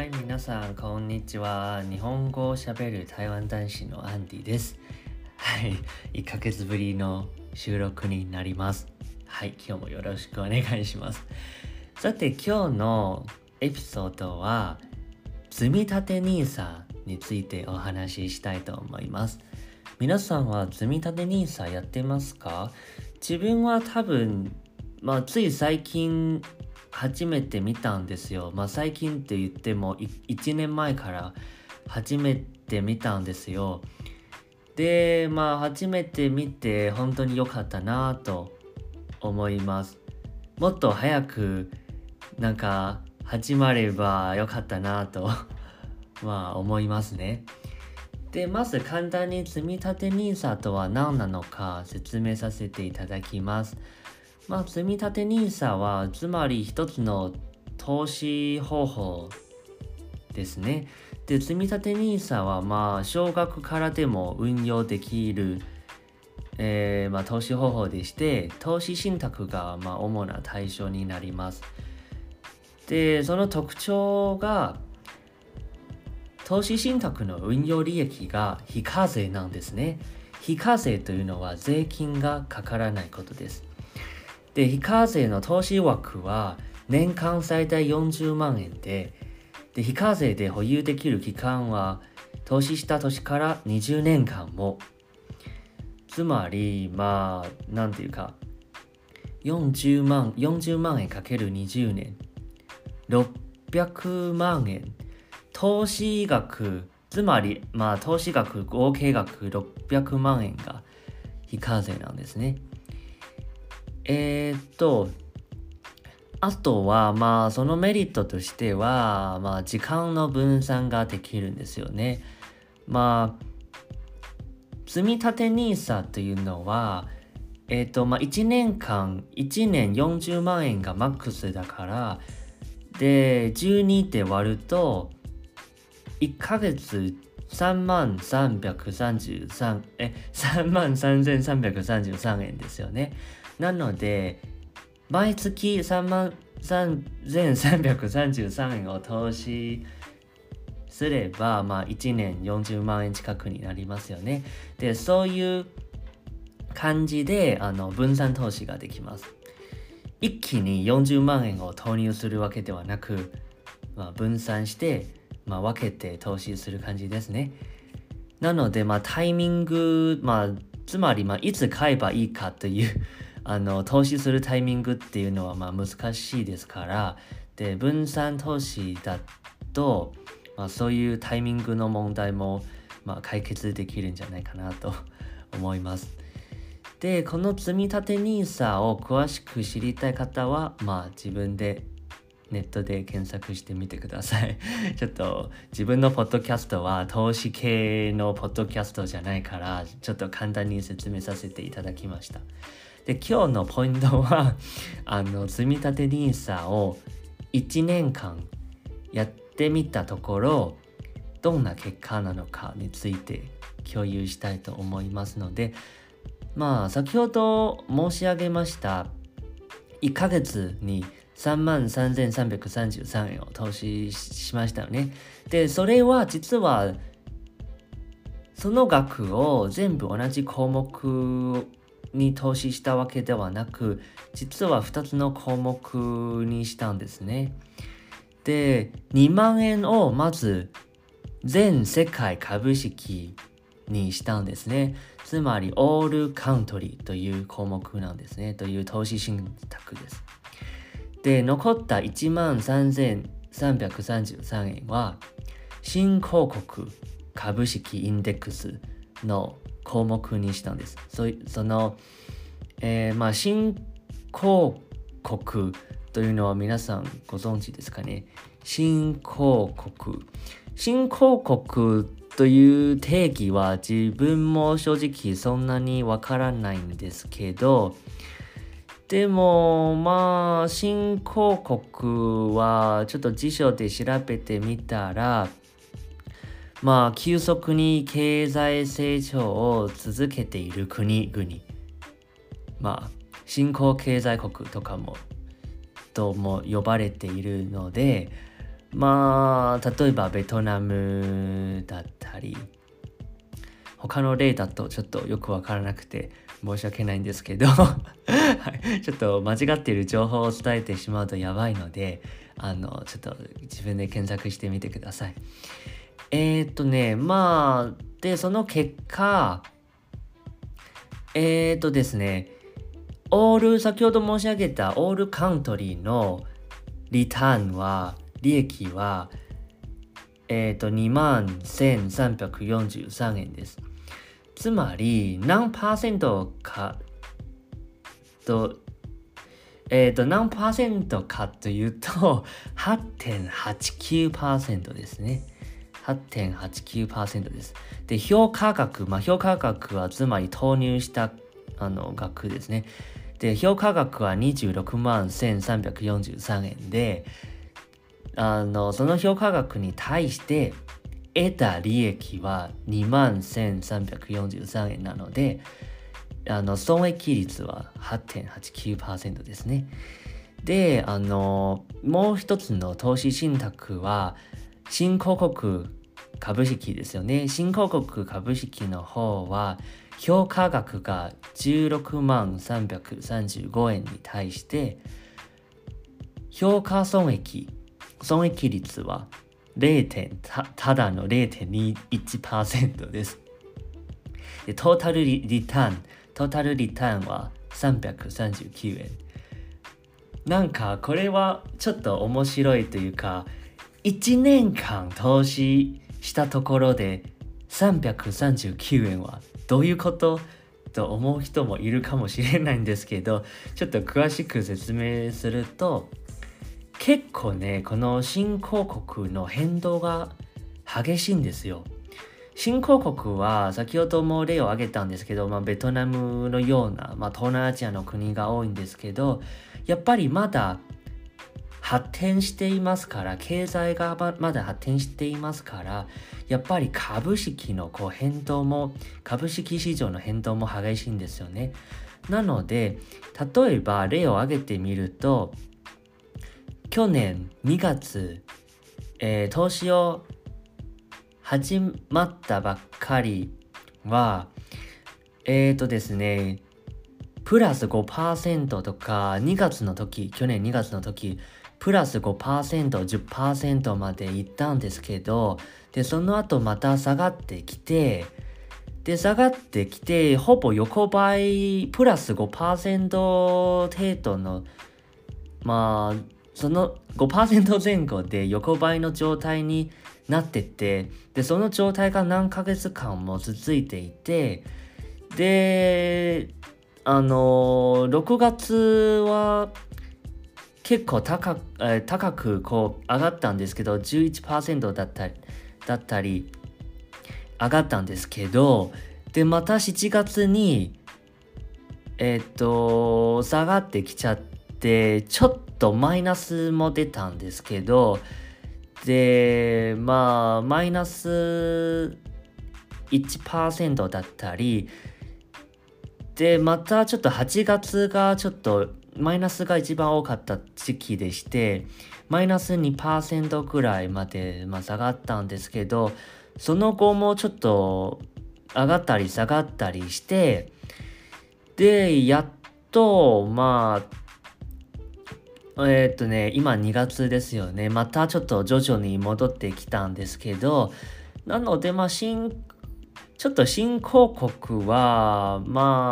はい、皆さん、こんにちは。日本語を喋る台湾男子のアンディです。はい、1ヶ月ぶりの収録になります。はい、今日もよろしくお願いします。さて、今日のエピソードは、積み立て NISA についてお話ししたいと思います。皆さんは積み立て NISA やってますか？自分は多分、つい最近初めて見たんですよ。最近って言っても1年前から初めて見たんですよ。で、初めて見て本当に良かったなと思います。もっと早く始まれば良かったなと思いますね。で、まず簡単に積み立て NISA とは何なのか説明させていただきます。積み立て NISA はつまり一つの投資方法ですね。で、積み立て NISA は少額からでも運用できる、投資方法でして、投資信託が主な対象になります。で、その特徴が投資信託の運用利益が非課税なんですね。非課税というのは税金がかからないことです。で、非課税の投資枠は年間最大40万円で、非課税で保有できる期間は投資した年から20年間も。つまり、40万円かける20年。600万円。投資額、つまり、投資額、合計額600万円が非課税なんですね。あとは、そのメリットとしては、時間の分散ができるんですよね。積み立て NISA というのは、1年40万円がマックスだから、で、12で割ると、1ヶ月3333円ですよね。なので、毎月3333円を投資すれば、1年40万円近くになりますよね。で、そういう感じで分散投資ができます。一気に40万円を投入するわけではなく、分散して、分けて投資する感じですね。なので、タイミング、つまり、いつ買えばいいかという投資するタイミングっていうのは難しいですから、で、分散投資だと、そういうタイミングの問題も、解決できるんじゃないかなと思います。で、この積み立て NISA を詳しく知りたい方は、自分でネットで検索してみてください。ちょっと自分のポッドキャストは投資系のポッドキャストじゃないから、ちょっと簡単に説明させていただきました。で、今日のポイントは積み立て NISA を1年間やってみたところ、どんな結果なのかについて共有したいと思いますので、先ほど申し上げました1ヶ月に33,333円を投資しましたよね。で、それは実はその額を全部同じ項目に投資したわけではなく、実は2つの項目にしたんですね。で、2万円をまず全世界株式にしたんですね。つまりオールカントリーという項目なんですね。という投資信託です。で、残った13,333円は新興国株式インデックスの項目にしたんです。新興国というのは皆さんご存知ですかね。新興国という定義は自分も正直そんなにわからないんですけど、でも新興国はちょっと辞書で調べてみたら、急速に経済成長を続けている国々、新興経済国とも呼ばれているので、 まあ例えばベトナムだったり、他の例だとちょっとよくわからなくて申し訳ないんですけどはい、ちょっと間違っている情報を伝えてしまうとやばいので、ちょっと自分で検索してみてください。まあでその結果ですね、先ほど申し上げたオールカントリーの利益は21,343円です。つまり何パーセントかと何パーセントかというと 8.89% ですね。8.89% です。で、評価額はつまり投入した額ですね。で、評価額は26万1343円で、その評価額に対して得た利益は2万1343円なので、損益率は 8.89% ですね。で、もう一つの投資信託は新興国株式ですよね。新興国株式の方は評価額が16万335円に対して評価損益率はただの 0.21% です。で、トータルリターンは339円。なんかこれはちょっと面白いというか、1年間投資したところで339円はどういうことと思う人もいるかもしれないんですけど、ちょっと詳しく説明すると、結構ね、この新興国の変動が激しいんですよ。新興国は先ほども例を挙げたんですけど、ベトナムのような、東南アジアの国が多いんですけど、やっぱりまだ発展していますから、経済がまだ発展していますから、やっぱり株式の株式市場の変動も激しいんですよね。なので、例えば例を挙げてみると、去年2月、投資を始まったばっかりは、ですね、プラス 5% とか、去年2月の時、プラス 5%、10% まで行ったんですけど、で、その後また下がってきて、ほぼ横ばい、プラス 5% 程度の、その 5% 前後で横ばいの状態になってて、で、その状態が何ヶ月間も続いていて、で、6月は結構高くこう上がったんですけど、11% だったり上がったんですけど、で、また7月に、下がってきちゃって、ちょっとマイナスも出たんですけど、で、マイナス 1% だったり、で、またちょっと8月がちょっとマイナスが一番多かった時期でして、マイナス 2% くらいまで、下がったんですけど、その後もちょっと上がったり下がったりして、で、やっと、今2月ですよね。またちょっと徐々に戻ってきたんですけど、なので、ちょっと新興国は、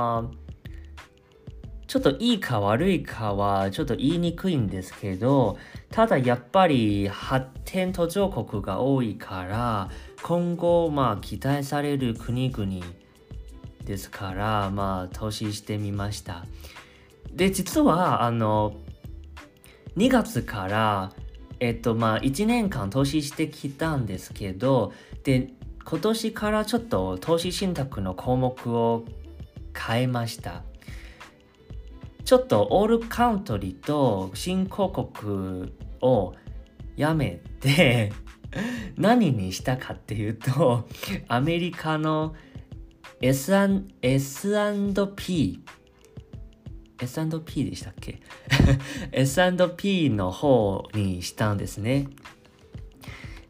ちょっといいか悪いかはちょっと言いにくいんですけど、ただやっぱり発展途上国が多いから、今後期待される国々ですから、投資してみました。で、実は2月から1年間投資してきたんですけど、で、今年からちょっと投資信託の項目を変えました。ちょっとオールカントリーと新興国をやめて何にしたかっていうと、アメリカの S&P でしたっけ？ S&P の方にしたんですね。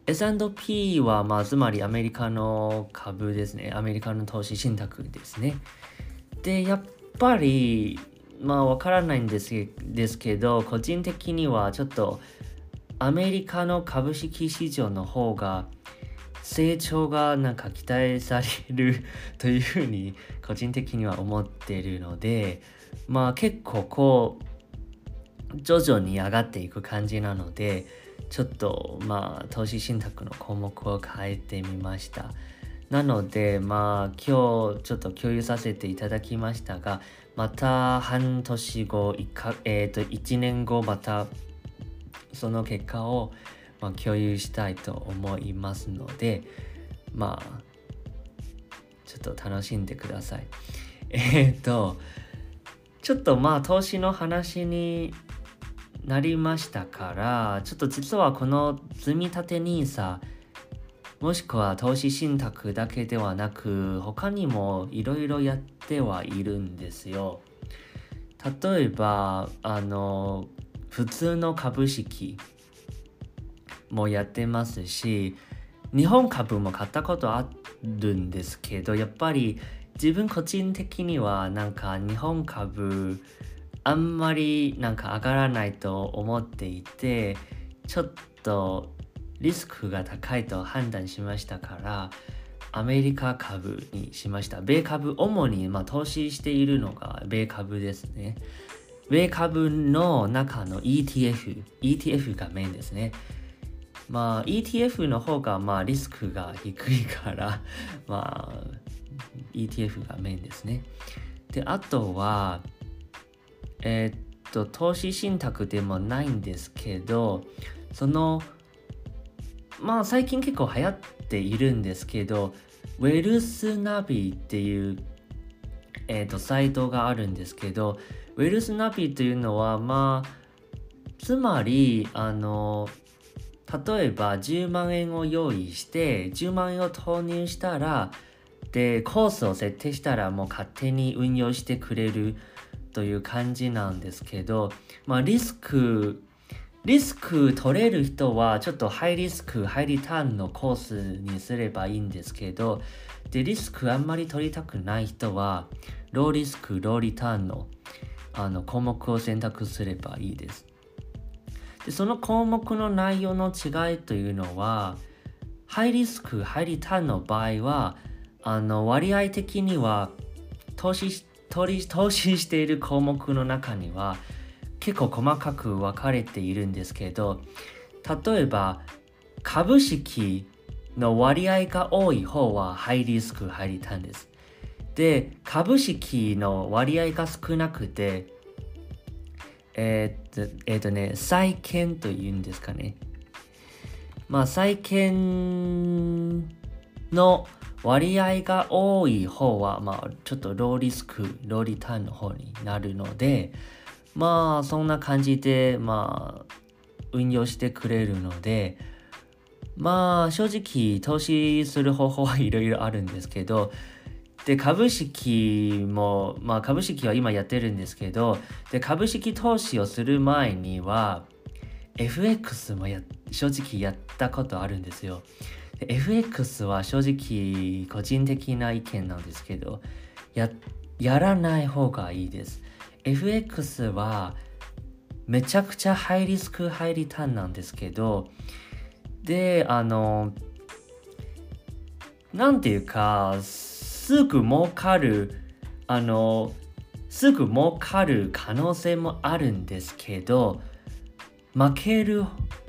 S&P は、つまりアメリカの株ですね。アメリカの投資信託ですね。で、やっぱり、わからないんですけど、個人的にはちょっとアメリカの株式市場の方が成長が期待されるというふうに個人的には思っているので、結構徐々に上がっていく感じなので、ちょっと投資信託の項目を変えてみました。なので今日ちょっと共有させていただきましたが、また半年後、1年後またその結果を共有したいと思いますので、ちょっと楽しんでください。ちょっと投資の話になりましたから、ちょっと実はこの積み立て NISA もしくは投資信託だけではなく、他にもいろいろやってはいるんですよ。例えば普通の株式もやってますし、日本株も買ったことあるんですけど、やっぱり自分個人的には日本株あんまり上がらないと思っていて、ちょっとリスクが高いと判断しましたから、アメリカ株にしました。米株、主に投資しているのが米株ですね。米株の中の ETF がメインですね。ETF の方がリスクが低いからETF がメインですね。で、あとは投資信託でもないんですけど、最近結構流行っているんですけど、ウェルスナビっていう、サイトがあるんですけど、ウェルスナビというのはつまり例えば10万円を用意して10万円を投入したら、でコースを設定したらもう勝手に運用してくれるという感じなんですけど、リスク取れる人はちょっとハイリスクハイリターンのコースにすればいいんですけど、でリスクあんまり取りたくない人はローリスクローリターンの項目を選択すればいいです。でその項目の内容の違いというのは、ハイリスクハイリターンの場合は割合的には投資している項目の中には結構細かく分かれているんですけど、例えば株式の割合が多い方はハイリスクハイリターンです。で、株式の割合が少なくて債券というんですかね。債券の割合が多い方はちょっとローリスクローリターンの方になるので、そんな感じで運用してくれるので、正直投資する方法はいろいろあるんですけど、で株式も株式は今やってるんですけど、で株式投資をする前には FX も正直やったことあるんですよ。で FX は正直個人的な意見なんですけど、やらない方がいいです。FX はめちゃくちゃハイリスクハイリターンなんですけど、でなんていうかすぐ儲かる可能性もあるんですけど、負ける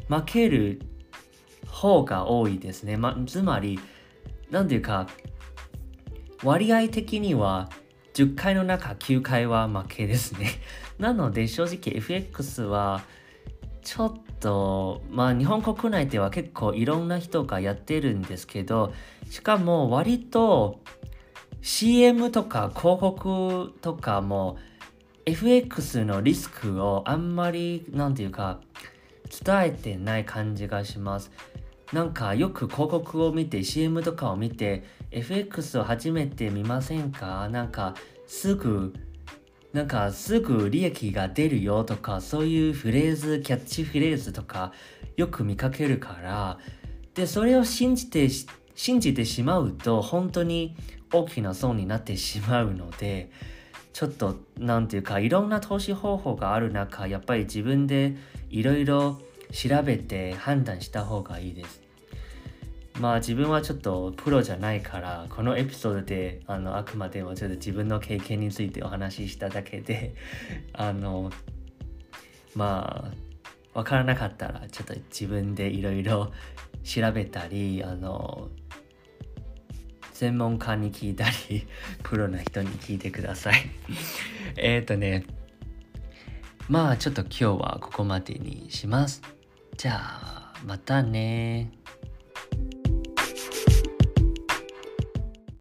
方が多いですね。つまりなんていうか割合的には10回の中9回は負けですね。なので正直 FX はちょっと日本国内では結構いろんな人がやってるんですけど、しかも割と CM とか広告とかも FX のリスクをあんまり伝えてない感じがします。よく広告を見て CM とかを見て FX を初めて見ませんか？すぐ利益が出るよとか、そういうキャッチフレーズとかよく見かけるから、 で、それを信じてしまうと、本当に大きな損になってしまうので、ちょっと、なんていうか、いろんな投資方法がある中、やっぱり自分でいろいろ調べて判断した方がいいです。まあ自分はちょっとプロじゃないから、このエピソードであくまでもちょっと自分の経験についてお話ししただけでまあわからなかったらちょっと自分でいろいろ調べたり専門家に聞いたりプロな人に聞いてくださいまあちょっと今日はここまでにします。じゃあまたね。